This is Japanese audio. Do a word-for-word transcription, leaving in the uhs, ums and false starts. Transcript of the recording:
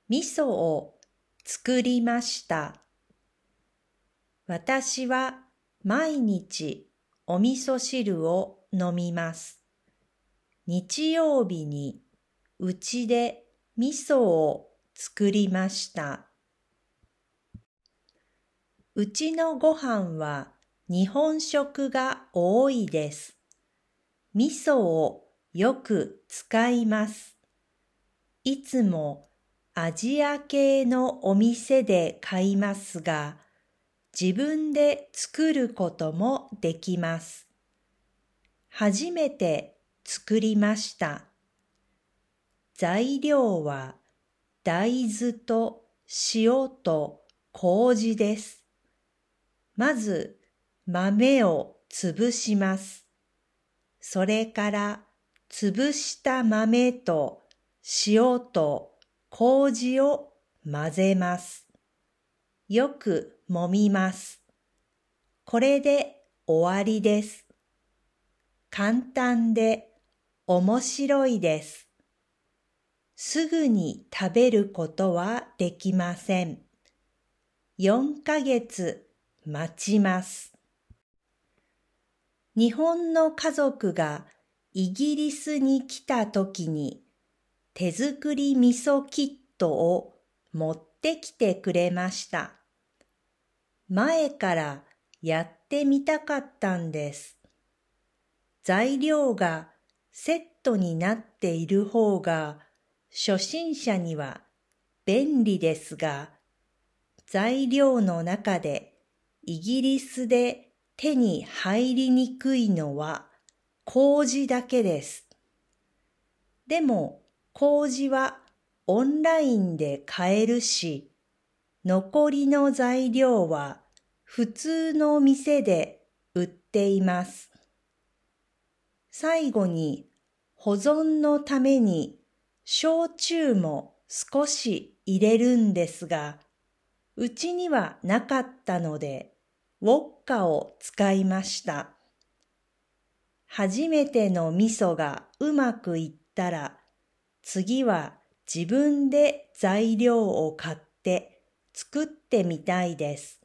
味噌を作りました。私は毎日お味噌汁を飲みます。日曜日にうちで味噌を作りました。うちのご飯は日本食が多いです。味噌をよく使います。いつもアジア系のお店で買いますが、自分で作ることもできます。初めて作りました。材料は大豆と塩と麹です。まず豆を潰します。それから潰した豆と塩と麹を混ぜます。よく揉みます。これで終わりです。簡単で面白いです。すぐに食べることはできません。よんかげつ待ちます。日本の家族がイギリスに来たときに手作り味噌キットを持ってきてくれました。前からやってみたかったんです。材料がセットになっている方が初心者には便利ですが、材料の中でイギリスで手に入りにくいのは麹だけです。でも麹はオンラインで買えるし、残りの材料は普通の店で売っています。最後に保存のために焼酎も少し入れるんですが、うちにはなかったので、ウォッカを使いました。初めての味噌がうまくいったら、次は自分で材料を買って作ってみたいです。